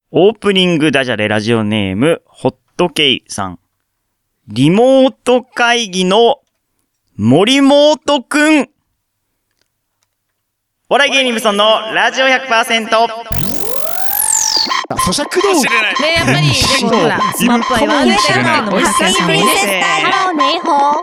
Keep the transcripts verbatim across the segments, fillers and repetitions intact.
オープニングダジャレラジオネーム、ホットケイさん。リモート会議の森モートくん。お笑い芸人ブソンのラジオ ひゃくパーセント。 咀嚼道具。 ね、やっぱり、でもほら、スマップアイはね、っていうのもたくさんね。 ハローネイホー。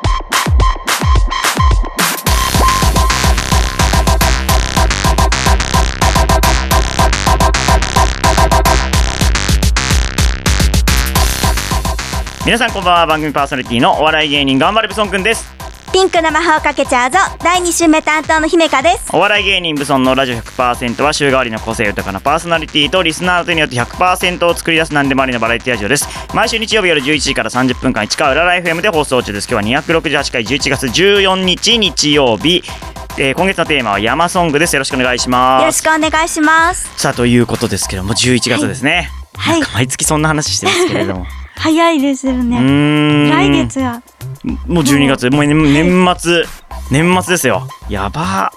皆さんこんばんは。番組パーソナリティのお笑い芸人頑張れブソンくんです。 ピンクの魔法をかけちゃうぞ。だいに週目担当の姫香です。 お笑い芸人ブソンのラジオ ひゃくパーセント は週替わりの個性豊かなパーソナリティとリスナーの手によって ひゃくパーセント を作り出す何でもありのバラエティラジオです。毎週日曜日夜じゅういちじからさんじゅっぷんかん市川うらら エフエム で放送中です。今日はにひゃくろくじゅうはちかいじゅういちがつじゅうよっか日曜日、えー、今月のテーマは山ソングです。よろしくお願いします。 よろしくお願いします。 さあということですけどもじゅういちがつですね、はい、なんか毎月そんな話してますけれども早いですよね。 うーん来月はもうじゅうにがつ、もう年末、年末ですよ。やば、はい、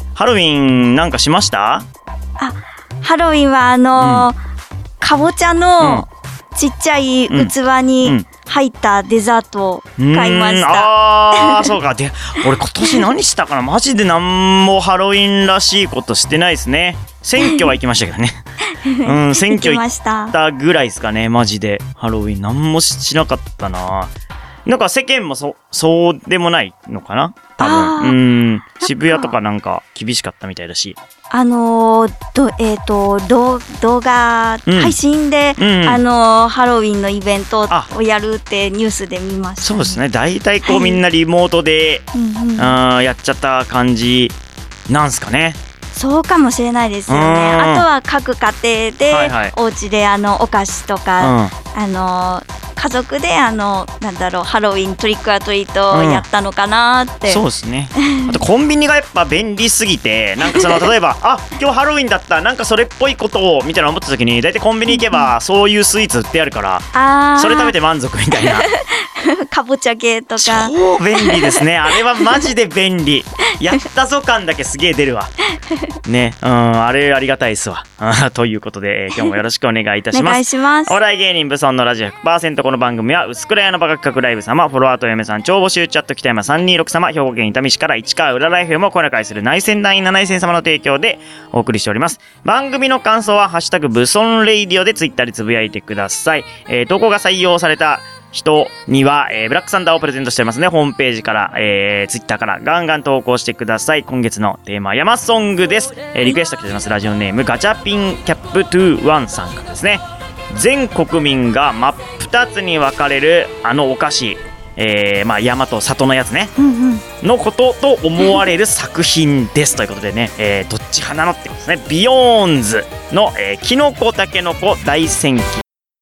ハロウィンなんかしました？ あ、ハロウィンはあのーうん、かぼちゃのちっちゃい器に入ったデザートを買いました。うんうん、 あーそうか。で、俺今年何したかなマジで何もハロウィンらしいことしてないですね。選挙は行きましたけどね。うん、選挙行ったぐらいですかね。マジでハロウィン何もしなかったな。なんか世間もそそうでもないのかな多分。うん渋谷とかなんか厳しかったみたいだし、 あのー、どえっ、ー、と動動画、うん、配信で、うんうん、あのー、ハロウィンのイベントをやるってニュースで見ました、ね。そうですね。大体こう、はい、みんなリモートで、うんうん、あやっちゃった感じなんすかね。そうかもしれないですよね。あとは各家庭で、はいはい、お家であのお菓子とか、うん、あのー家族であのなんだろうハロウィントリックアトリートをやったのかなって、うん、そうですね。あとコンビニがやっぱ便利すぎてなんかその例えばあ今日ハロウィンだったなんかそれっぽいことをみたいな思った時に大体コンビニ行けばそういうスイーツ売ってあるからあそれ食べて満足みたいなかぼちゃ系とか超便利ですね。あれはマジで便利。やったぞ感だけすげえ出るわね。うんあれありがたいですわということで、えー、今日もよろしくお願いいたします。お願いします。お笑い芸人ブソンのラジオ ひゃくパーセント。この番組は薄暗屋のバカ企画ライブ様、フォロワーと嫁さん超募集チャット北山さんにーろく様、兵庫県伊丹市から市川うらら エフエム を声高いする内戦団員七井戦様の提供でお送りしております。番組の感想はハッシュタグブソンレイディオでツイッターでつぶやいてください。えー、投稿が採用された人には、えー、ブラックサンダーをプレゼントしておりますね。ホームページから、えー、ツイッターからガンガン投稿してください。今月のテーマは山ソングです。えー、リクエスト来てます。ラジオネームガチャピンキャップにじゅういちさんからですね。全国民が真っ二つに分かれるあのお菓子、えー、まあ山と里のやつね、うんうん、のことと思われる作品ですということでね、えー、どっち派なのってことですね。ビヨーンズの、えー、キノコタケノコ大戦記。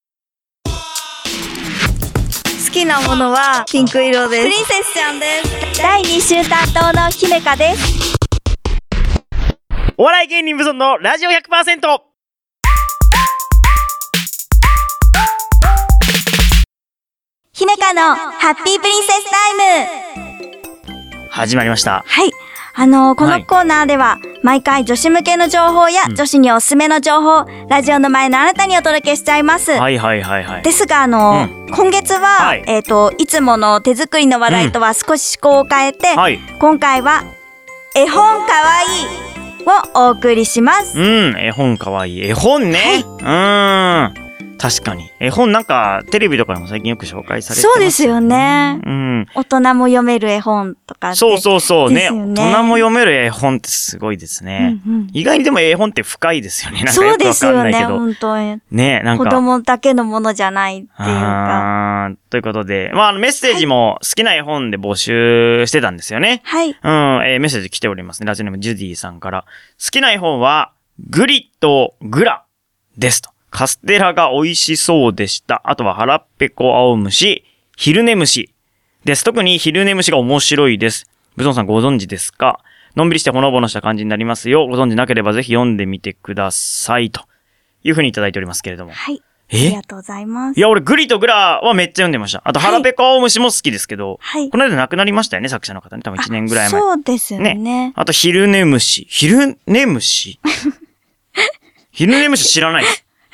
好きなものはピンク色です。プリンセスちゃんです。だいに週担当の姫香です。 お笑い芸人ブソンのラジオ ひゃくパーセント。 姫香のハッピープリンセスタイム始まりました。 はい。あのー、このコーナーでは毎回女子向けの情報や女子におすすめの情報、うん、ラジオの前のあなたにお届けしちゃいます。はいはいはいはい。ですがあのーうん、今月は、はい、えっといつもの手作りの話題とは少し趣向を変えて、うんはい、今回は絵本かわいいをお送りします。 うん、絵本かわいい絵本ね。はい、うーん。確かに絵本なんかテレビとかでも最近よく紹介されてます、ね、 そうですよね、うん、大人も読める絵本とかってそうそうそう ね, ね大人も読める絵本ってすごいですね、うんうん、意外にでも絵本って深いですよね。なんかよくわかんないけどそうですよね本当にねなんか子供だけのものじゃないっていうかあということで、まあ、あのメッセージも好きな絵本で募集してたんですよね。はい、うんえー、メッセージ来ておりますね。ラジオネームジュディさんから好きな絵本はグリとグラですと。カステラが美味しそうでした。あとは腹っぺこ青虫、昼寝虫です。特に昼寝虫が面白いです。ブソンさんご存知ですか？のんびりしてほのぼのした感じになりますよ。ご存知なければぜひ読んでみてくださいというふうにいただいておりますけれども。 はい。え？ありがとうございます。 いや俺グリとグラはめっちゃ読んでました。あと腹ペコ青虫も好きですけど、はい、この間亡くなりましたよね作者の方ね。多分いちねんぐらい前。 そうですよね。ねあと昼寝虫、昼寝虫昼寝虫知らないです。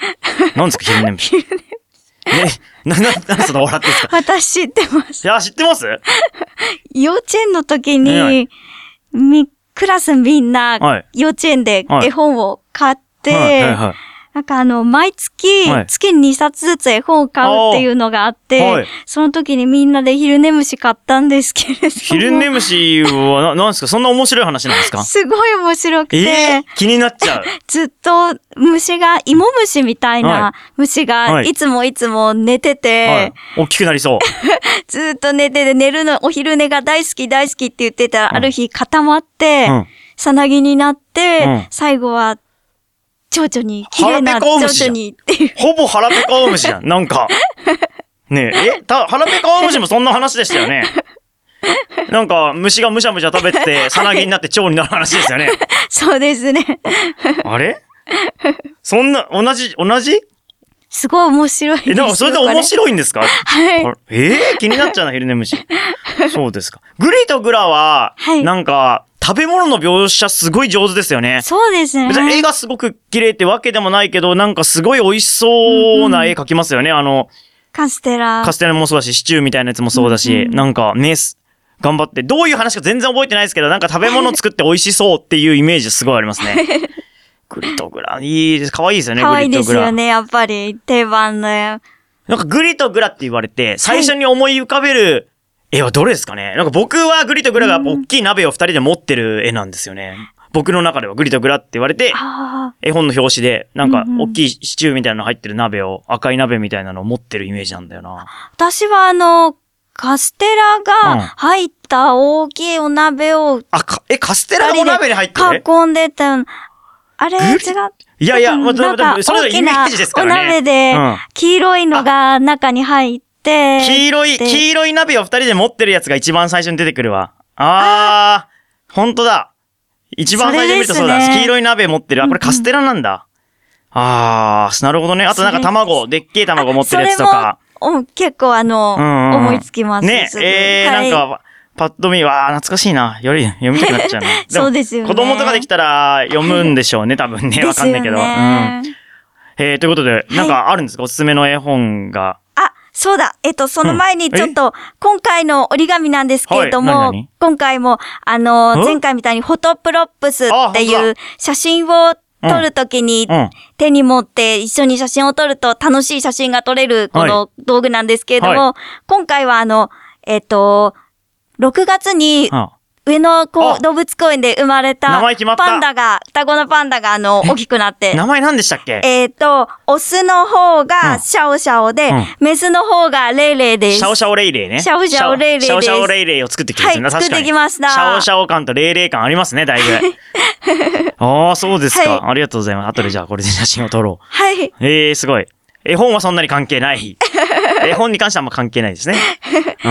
なんですか、昼寝虫。え、な、な、なんその笑ってんですか？ 私知ってます。 いや、知ってます？ 幼稚園の時に、はい、み、クラスみんな、幼稚園で絵本を買って、はいはいはいはい、なんかあの、毎月、はい、月にさつずつ絵本を買うっていうのがあって、はい、その時にみんなで昼寝虫買ったんですけれども。 昼寝虫は、な、なんですか？そんな面白い話なんですか？ すごい面白くて。 えー、気になっちゃう。 ずっと虫が、芋虫みたいな虫が、いつもいつも寝てて、はいはい、 大きくなりそう。 ずっと寝てて、寝るの、お昼寝が大好き大好きって言ってたら、うん、ある日固まって、うん、さなぎになって、うん、最後は、蝶々に、綺麗な蝶々にっていう。 ほぼ腹ペコウムシじゃん、なんか。ねえ、え、た、腹ペコウムシもそんな話でしたよね。なんか、虫がむしゃむしゃ食べて、さなぎになって蝶になる話ですよね。 そうですね。 あれそんな、同じ、同じすごい面白いですよ。 え、なんかそれで面白いんですか？ はい。 えー、気になっちゃうな、昼寝虫。そうですか。グリとグラは、はい、なんか、食べ物の描写すごい上手ですよね。 そうですね。 別に絵がすごく綺麗ってわけでもないけど、なんかすごい美味しそうな絵描きますよね。うんうん、あの、 カステラ。 カステラもそうだし、シチューみたいなやつもそうだし、うんうん、なんかね、頑張って、どういう話か全然覚えてないですけど、なんか食べ物作って美味しそうっていうイメージすごいありますね。グリとグラ、いいです。可愛いですよね、 可愛いですよね、やっぱり。定番の。なんかグリとグラって言われて、最初に思い浮かべる、はい絵はどれですかね？なんか僕はグリとグラが大きい鍋を二人で持ってる絵なんですよね。僕の中ではグリとグラって言われて、絵本の表紙で、なんか大きいシチューみたいなの入ってる鍋を、赤い鍋みたいなのを持ってるイメージなんだよな。 私はあの、カステラが入った大きいお鍋を、うん、 あ、か、え、カステラがお鍋に入ってる？ 囲んでた。あれ違う。 いやいや、まあ、それぞれイメージですからね。 お鍋で、黄色いのが中に入って、 黄色い、黄色い鍋を二人で持ってるやつが一番最初に出てくるわ。あー、ほんとだ。一番最初に見るとそうだ。ね、黄色い鍋持ってる。あ、これカステラなんだ。うんうん、あー、なるほどね。あとなんか卵、でっけえ卵持ってるやつとか。 結構あの、うんうん、思いつきます。 ね、えー、はい、なんか、パッと見、わー、懐かしいな。より読みたくなっちゃうな。 そうですよね。 子供とかできたら読むんでしょうね、多分ね。わかんないけど。うん。えー、ということで、なんかあるんですか？おすすめの絵本が。 そうだ。えっと、その前にちょっと、今回の折り紙なんですけれども、はい、今回も、あの、前回みたいにフォトプロップスっていう写真を撮るときに手に持って一緒に写真を撮ると楽しい写真が撮れるこの道具なんですけれども、はい、今回はあの、えっと、ろくがつに、上野動物公園で生まれたパンダが、双子のパンダがあの、大きくなって。 名前何でしたっけ？ えっと、オスの方がシャオシャオで、うん、メスの方がレイレイです。 シャオシャオレイレイね。 シャオシャオレイレイです。 シャオシャオレイレイを作ってきたんですね。 はい、作ってきました。 シャオシャオ感とレイレイ感ありますね、だいぶ。ああ、そうですか、はい。ありがとうございます。後でじゃあこれで写真を撮ろう。 はい。 ええー、すごい。絵本はそんなに関係ない。絵本に関してはあんま関係ないですね。うん、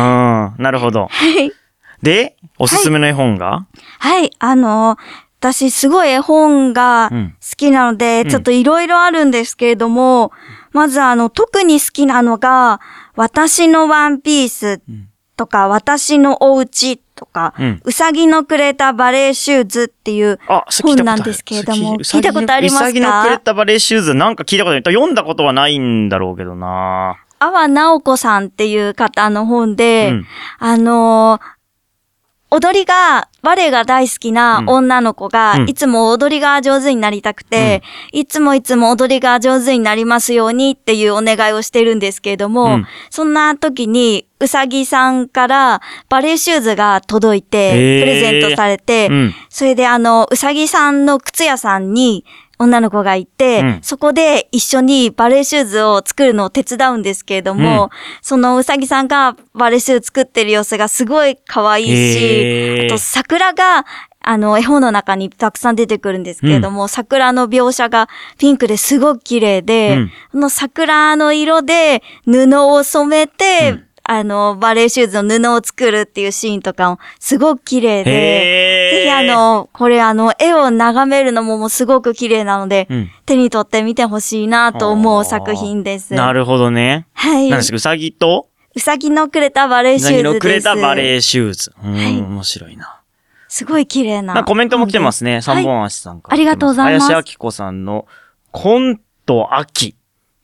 なるほど。 はい。 で、おすすめの絵本が、 はい、はい、あの、私すごい絵本が好きなので、うん、ちょっといろいろあるんですけれども、うん、まずあの、特に好きなのが、私のワンピースとか、うん、私のお家とか、うん、うさぎのくれたバレーシューズっていう本なんですけれども、聞いたことありますか？ うさぎのくれたバレーシューズなんか聞いたことない。読んだことはないんだろうけどな。 阿波直子さんっていう方の本で、うん、あのー、踊りが、バレエが大好きな女の子が、うん、いつも踊りが上手になりたくて、うん、いつもいつも踊りが上手になりますようにっていうお願いをしてるんですけれども、うん、そんな時に、うさぎさんからバレーシューズが届いて、プレゼントされて、うん、それであの、うさぎさんの靴屋さんに、女の子がいて、うん、そこで一緒にバレーシューズを作るのを手伝うんですけれども、うん、そのうさぎさんがバレーシューズ作ってる様子がすごい可愛いし、あと桜が、あの、絵本の中にたくさん出てくるんですけれども、うん、桜の描写がピンクですごく綺麗で、うん、この桜の色で布を染めて、うんあの、バレーシューズの布を作るっていうシーンとかもすごく綺麗で、ぜひあの、これあの、絵を眺めるのももうすごく綺麗なので、うん、手に取って見てほしいなと思う作品です。 なるほどね。 はい。 何ですか、うさぎとうさぎのくれたバレーシューズです。うさぎのくれたバレーシューズ。うん、はい、面白いな。 すごい綺麗な。 コメントも来てますね。三本足さんから、 はい。ありがとうございます。 林明子さんの、コント秋。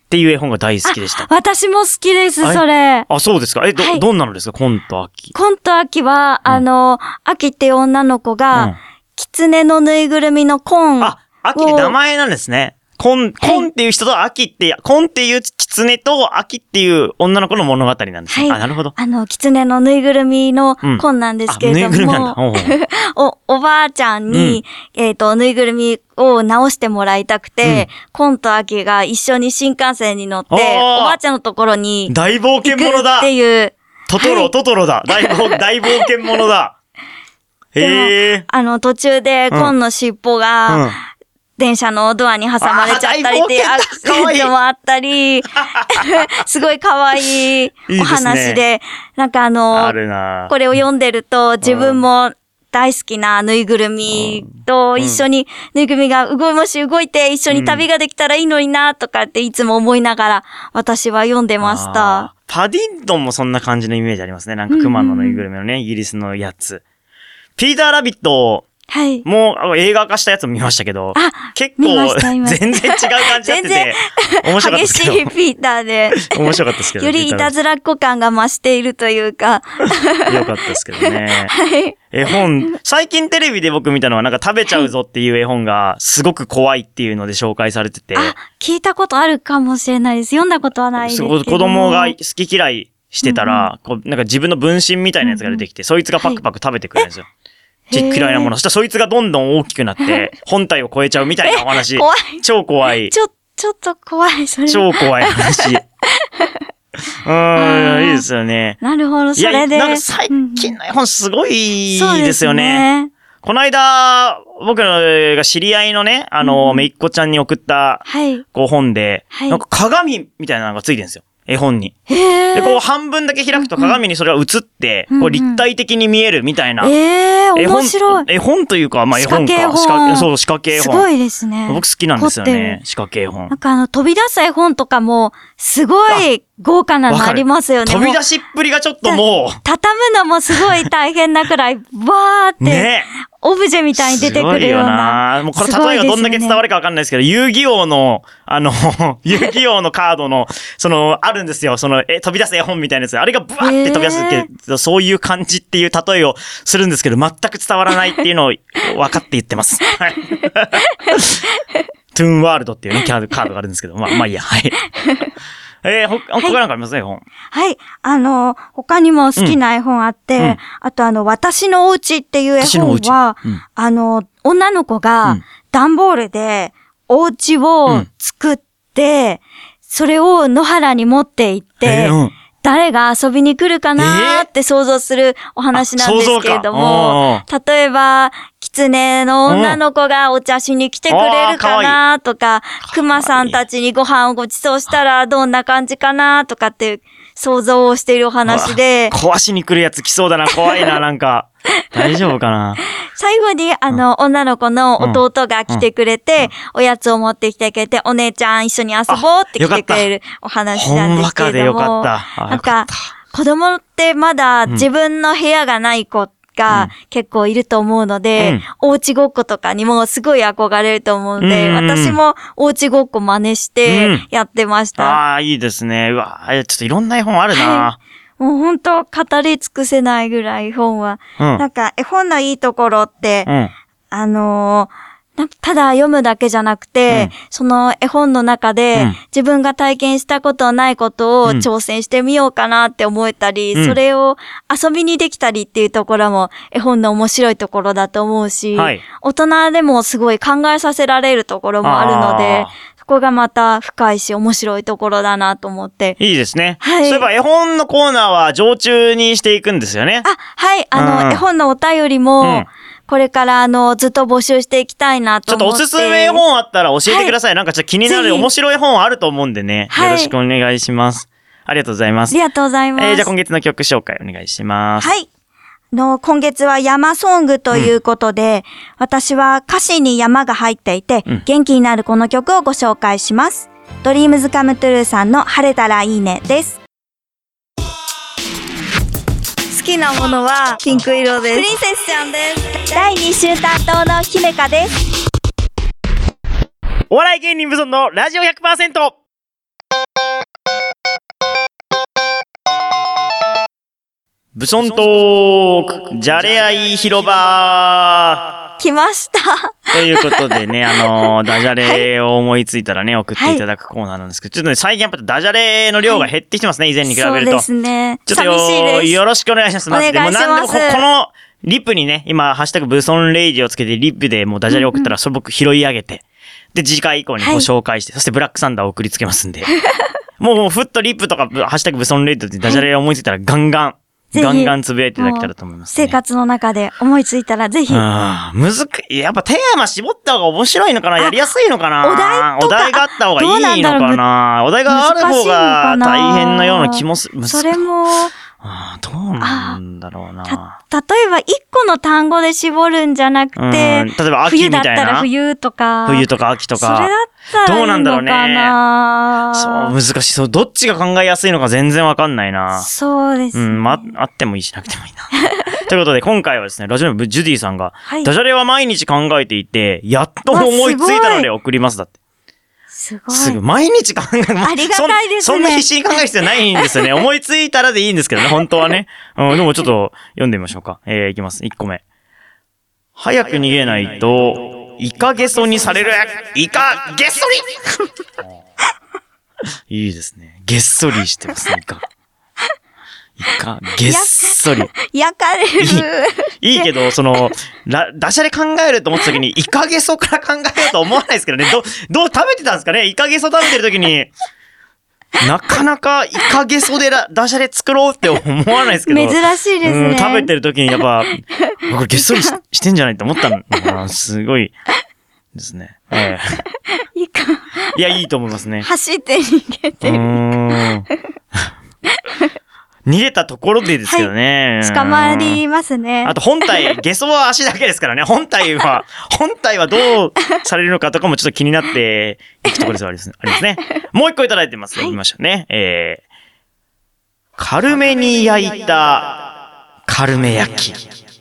っていう絵本が大好きでした。 私も好きです、それ。 あ、そうですか。え、ど、はい、どんなのですか、コンとアキ。 コンとアキは、うん、あの、アキっていう女の子が、うん、狐のぬいぐるみのコン。 あ、アキって名前なんですね。コン、コンっていう人とアキって、コンっていう狐とアキっていう女の子の物語なんですね。はい、あ、なるほど。 あの、狐のぬいぐるみのコンなんですけれども、うん、ぬいぐるみなんだ。おうおうお、おばあちゃんに、うん、えっと、ぬいぐるみを直してもらいたくて、うん、コンとアキが一緒に新幹線に乗って、おばあちゃんのところに、 大冒険者だっていう。 トトロ、はい、トトロだ。大冒、大冒険者だ。へえ。 あの、途中でコンの尻尾が、うんうん、電車のドアに挟まれちゃったりっていうアクシデントもあったり、すごい可愛いお話で、いいでね、なんかあの、あるなこれを読んでると自分も大好きなぬいぐるみと一緒に、ぬいぐるみが動いもし動いて一緒に旅ができたらいいのになとかっていつも思いながら私は読んでました。 パディントンもそんな感じのイメージありますね。なんか熊のぬいぐるみのね、イギリスのやつ。ピーターラビットはい。もう映画化したやつも見ましたけど、あ、結構全然違う感じになってて、面白かったですけど。 激しいピーターで。 面白かったですけど。 よりいたずらっ子感が増しているというか。 よかったですけどね。はい。絵本、最近テレビで僕見たのはなんか食べちゃうぞっていう絵本がすごく怖いっていうので紹介されてて。 あ、聞いたことあるかもしれないです。読んだことはないですけど。 子供が好き嫌いしてたら、うんうん、こうなんか自分の分身みたいなやつが出てきて、うんうん、そいつがパクパク食べてくれるんですよ。はい嫌いなもの。そしたらそいつがどんどん大きくなって、本体を超えちゃうみたいなお話。 怖い。 超怖い。 ちょ、ちょっと怖い、それ。 超怖い話。うーん、いいですよね。 なるほど、それで。 いや、なんか最近の絵本すごいですよね。ねこの間、僕が知り合いのね、あの、うん、めいっ子ちゃんに送った、はい。こう本で、はい、なんか鏡みたいなのがついてるんですよ。絵本に。で、こう半分だけ開くと鏡にそれが映って、うんうん、こう立体的に見えるみたいな。 えー、面白い。 絵本というか、まあ絵本か。 仕掛け本。そう、仕掛け絵本。 すごいですね。 僕好きなんですよね。仕掛け絵本。 なんかあの、飛び出す絵本とかも、すごい豪華なのありますよね。 飛び出しっぷりがちょっともう。 畳むのもすごい大変なくらい、わーって。ね。オブジェみたいに出てくるような。 すごいよな。もうこれ例えがどんだけ伝わるかわかんないですけど、遊戯王の、あの、遊戯王のカードの、その、あるんですよ。その、え、飛び出す絵本みたいなやつ。あれがブワーって飛び出すけど、そういう感じっていう例えをするんですけど、全く伝わらないっていうのを分かって言ってます。はい。トゥーンワールドっていうね、カードがあるんですけど、まあ、まあいいや、はい。えー、ほ、他なんかありますね、絵本。 はい。あの、他にも好きな絵本あって、うん、あとあの、私のお家っていう絵本は、うん、あの、女の子が段ボールでお家を作って、うん、それを野原に持って行って、えーうん、誰が遊びに来るかなーって想像するお話なんですけれども、例えば、狐の女の子がお茶しに来てくれるかなとか、熊さんたちにご飯をご馳走したらどんな感じかなとかって想像をしているお話で。 壊しに来るやつ来そうだな、怖いな、なんか。大丈夫かな。 最後に、あの、うん、女の子の弟が来てくれて、うんうん、おやつを持ってきてくれて、お姉ちゃん一緒に遊ぼうって来てくれるお話なんですけれども。 ほんまかでよかった。 なんか、子供ってまだ自分の部屋がない子が結構いると思うので、うん、おうちごっことかにもすごい憧れると思うので、うん、私もおうちごっこ真似してやってました。うん、 ああ、いいですね。うわ、ちょっといろんな絵本あるな。 はい、もう本当語り尽くせないぐらい絵本は。うん、なんか絵本のいいところって、うん、あのー、ただ読むだけじゃなくて、うん、その絵本の中で、うん、自分が体験したことないことを挑戦してみようかなって思えたり、うん、それを遊びにできたりっていうところも絵本の面白いところだと思うし、はい、大人でもすごい考えさせられるところもあるので、そこがまた深いし面白いところだなと思って。 いいですね。はい。そういえば絵本のコーナーは常駐にしていくんですよね。 あ、はい。あの、うん、絵本のお便りも、うんこれからあの、ずっと募集していきたいなと思って。 ちょっとおすすめ絵本あったら教えてください。はい、なんかちょっと気になる面白い絵本あると思うんでね。はい、よろしくお願いします。ありがとうございます。 ありがとうございます。 えー、じゃあ今月の曲紹介お願いします。 はい。の、今月は山ソングということで、うん、私は歌詞に山が入っていて、うん、元気になるこの曲をご紹介します。ドリームズカムトゥルーさんの晴れたらいいねです。好きなものはピンク色です。プリンセスちゃんです。だいに週担当の姫香です。 お笑い芸人無尊のラジオ ひゃくパーセント。 ブソントーク、じゃれ合い広場来ましたということでね、あのー、ダジャレを思いついたらね、送っていただくコーナーなんですけど、ちょっとね、最近やっぱダジャレの量が減ってきてますね、以前に比べると。 そうですね。 ちょっとよ、 寂しいです。 よろしくお願いします。 お願いします。 もう何でもこ、この、リップにね、今、ハッシュタグブソンレイジをつけて、リップでもうダジャレ送ったら、それ僕拾い上げて、で、次回以降にご紹介して、そしてブラックサンダーを送りつけますんで。もう、もう、フットリップとか、ハッシュタグブソンレイジってダジャレを思いついたら、ガンガン、ガンガンつぶやいていただけたらと思いますね。 生活の中で思いついたらぜひ。 ああ、むずく、やっぱテーマ絞った方が面白いのかな、やりやすいのかな、 お題お題があった方がいいのかな、お題がある方が大変なような気もする。 それも、 ああ、どうなんだろうな。 た、例えば一個の単語で絞るんじゃなくて、例えば秋みたいな。冬だったら冬とか。 冬とか秋とか。 それだったらいいのかな。どうなんだろうね。そう、難しい。そう、どっちが考えやすいのか全然わかんないな。 そうですね。 うん、ま、あってもいいしなくてもいいな。ということで、今回はですね、ラジオネームジュディさんが、はい、ダジャレは毎日考えていて、やっと思いついたので送りますだって。 すごい。 すぐ、毎日考え、 ありがたいですね。 そんな必死に考える必要ないんですよね。思いついたらでいいんですけどね、本当はね。うん、でもちょっと読んでみましょうか。えー、いきます。いっこめ。早く逃げないと、イカゲソにされる、イカゲッソリいいですね。ゲッソリしてますね、イカ。イカ、げっそり。 焼かれる。 いい、いいけど、その、ダジャレ考えると思った時に、イカゲソから考えようと思わないですけどね。ど、どう食べてたんですかね、イカゲソ食べてる時に、なかなかイカゲソでダジャレ作ろうって思わないですけど。 珍しいですね。 うん、食べてる時にやっぱ、これゲッソリ し, してんじゃないって思ったのかな。すごいですね。ええ、イカ。 いや、いいと思いますね。 走って逃げてる。うーん逃げたところでですけどね。 はい、捕まりますね。 あと本体、ゲソは足だけですからね。本体は、本体はどうされるのかとかもちょっと気になっていくところではありますね。もう一個いただいてます。読みましょうね。えー、軽めに焼いた、軽め焼き。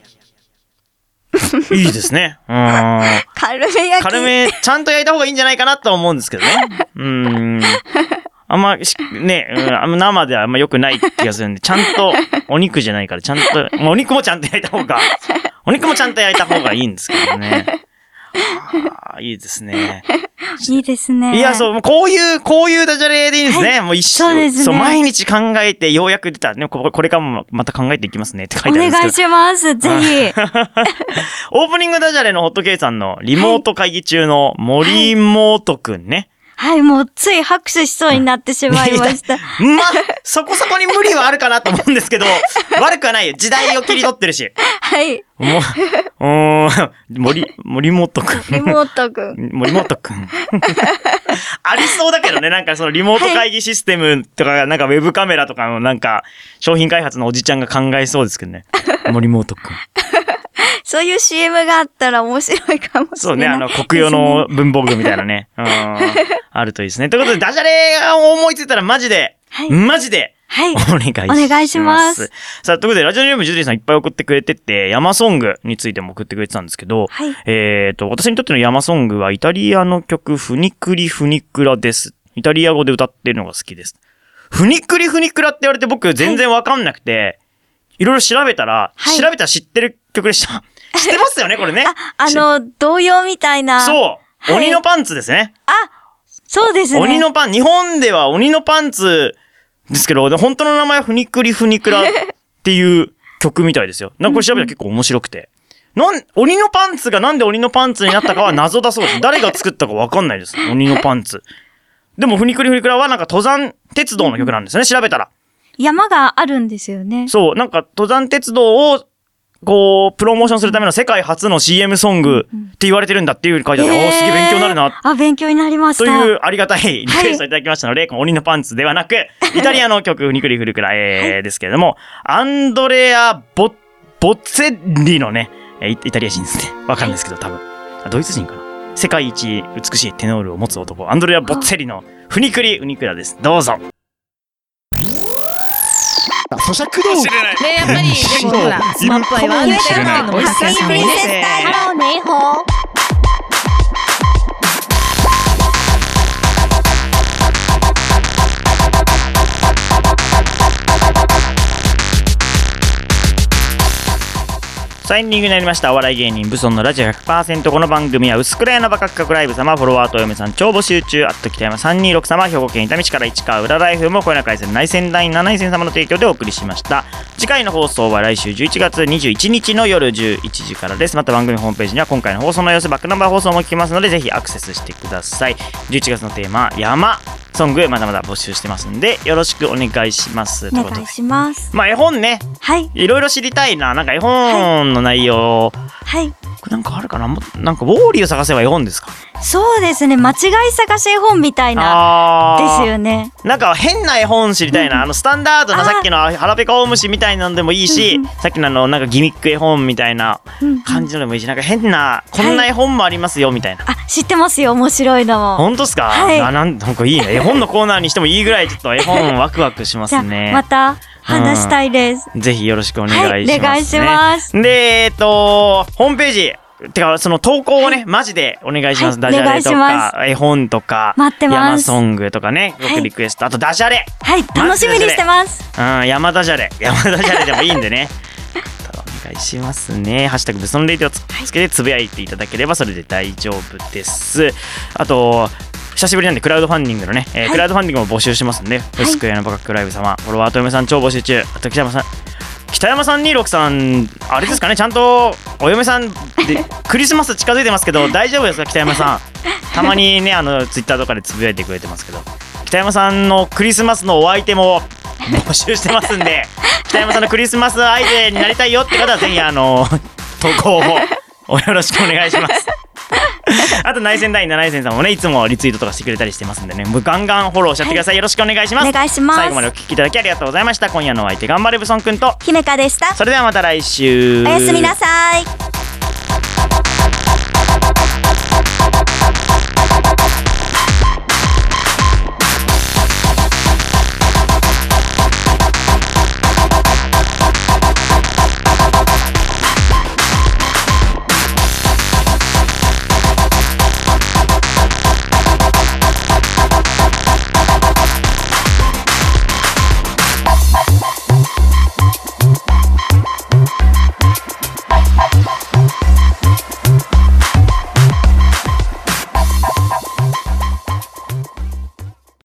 いいですね。うん。 軽め焼き。 軽め、ちゃんと焼いた方がいいんじゃないかなと思うんですけどね。うーん。あんま、ね、うん、あんま生ではあんま良くない気がするんで、ちゃんと、お肉じゃないから、ちゃんと、お肉もちゃんと焼いた方が、お肉もちゃんと焼いた方がいいんですけどね。ああ、いいですね。 いいですね。 いや、そう、こういう、こういうダジャレでいいんですね。はい、もう一緒。 そうですね。そう、 毎日考えて、ようやく出た。ね、これからもまた考えていきますね。って書いてあるんですけど。 お願いします。ぜひ。 オープニングダジャレのホットケイさんのリモート会議中の森本くんね。 はい、もうつい拍手しそうになってしまいました。まあ、そこそこに無理はあるかなと思うんですけど、悪くはないよ。時代を切り取ってるし。 はい。 もう、うーん、森、森本くん。 森本くん。 森本くん。ありそうだけどね、なんかそのリモート会議システムとか、なんかウェブカメラとかのなんか、商品開発のおじちゃんが考えそうですけどね。森本くん。 そういう シーエム があったら面白いかもしれない。 そうね、あの、国用の文房具みたいなね。うん。あるといいですね。ということで、ダジャレが思いついたらマジで、はい、マジで、はい、お願いします。 お願いします。 さあ、ということで、ラジオネームジュディさんいっぱい送ってくれてて、山ソングについても送ってくれてたんですけど、はい、えっと、私にとっての山ソングはイタリアの曲、フニクリフニクラです。イタリア語で歌ってるのが好きです。フニクリフニクラって言われて僕全然わかんなくて、はい、いろいろ調べたら、はい、調べたら知ってる曲でした。知ってますよね、これね。 あ、あの、童謡みたいな。 そう。はい、鬼のパンツですね。 あ、そうですね。 鬼のパン、日本では鬼のパンツですけど、本当の名前はフニクリフニクラっていう曲みたいですよ。なんかこれ調べたら結構面白くて。なん、鬼のパンツがなんで鬼のパンツになったかは謎だそうです。誰が作ったかわかんないです。鬼のパンツ。でもフニクリフニクラはなんか登山鉄道の曲なんですね、調べたら。 山があるんですよね。 そう、なんか登山鉄道を、こう、プロモーションするための世界初の シーエム ソングって言われてるんだっていう風に書いてあって、おー、すげえ勉強になるな。 あ、勉強になりました。 というありがたいリクエストいただきましたので、はい、この鬼のパンツではなく、イタリアの曲、フニクリフニクラ、えーはい、ですけれども、アンドレア・ボ、ボッツェッリのね、イタリア人ですね。わかんないですけど、多分。ドイツ人かな。世界一美しいテノールを持つ男、アンドレア・ボッツェリのフニクリフニクラです。どうぞ。 咀嚼道具ねえ、やっぱり、でもほら、スマップは言わないっていうのも確かにね。 ハローネイホー。 さあエンディングになりました。お笑い芸人ブソンのラジオ ひゃくパーセント。この番組は薄暗屋のバカ企画ライブ様、フォロワーとお嫁さん超募集中、あっと北山さんにーろく様、兵庫県伊丹市から市川浦ライフもこよな回線内戦第なない線様の提供でお送りしました。次回の放送は来週じゅういちがつにじゅういちにちの夜じゅういちじからです。また番組ホームページには今回の放送の様子、バックナンバー放送も聞けますので、ぜひアクセスしてください。じゅういちがつのテーマ、山ソングまだまだ募集してますんで、よろしくお願いします。 お願いします。 まあ絵本ね、はい、いろいろ知りたいな。なんか絵本の内容、はい、なんかあるかな。なんかウォーリーを探せば絵本ですか。 そうですね、間違い探し絵本みたいなですよね。 なんか変な絵本知りたいな、うん、あのスタンダードなさっきの腹ペコオウムシみたいなのでもいいし、うん、さっきのあのなんかギミック絵本みたいな感じのでもいいし、なんか変なこんな絵本もありますよみたいな、 はい、あ、知ってますよ、面白いのも。 本当ですか、はい、あ、なんなんかいいね、絵本のコーナーにしてもいいぐらいちょっと絵本ワクワクしますね。 また話したいです、 うん、ぜひよろしくお願いします、ね、 はい、お願いします。 で、えっとホームページてかその投稿をね、はい、マジでお願いします、はい、ダジャレとか絵本とか待ってます。 山ソングとかね、よくリクエスト、はい、あとダジャレ、 はい、楽しみにしてます。 うん、山ダジャレ山ダジャレでもいいんでねお願いしますね。ハッシュタグブソンレイディをつけてつぶやいていただければそれで大丈夫です。あと久しぶりなんでクラウドファンディングのね、えーはい、クラウドファンディングも募集してますんで、はい、スクエアのバカックライブ様、フォロワーと嫁さん超募集中。あと北山さん北山さんにーろくさん、あれですかね、ちゃんとお嫁さんでクリスマス近づいてますけど大丈夫ですか北山さん。たまにね、あのツイッターとかでつぶやいてくれてますけど、北山さんのクリスマスのお相手も募集してますんで北山さんのクリスマス相手になりたいよって方はぜひあの投稿をおよろしくお願いしますあと内戦第なな戦さんもね、いつもリツイートとかしてくれたりしてますんでね、もうガンガンフォローしちゃってください、はい、よろしくお願いします。 お願いします。 最後までお聞きいただきありがとうございました。今夜のお相手頑張れブソンくんと姫香でした。 それではまた来週、 おやすみなさい。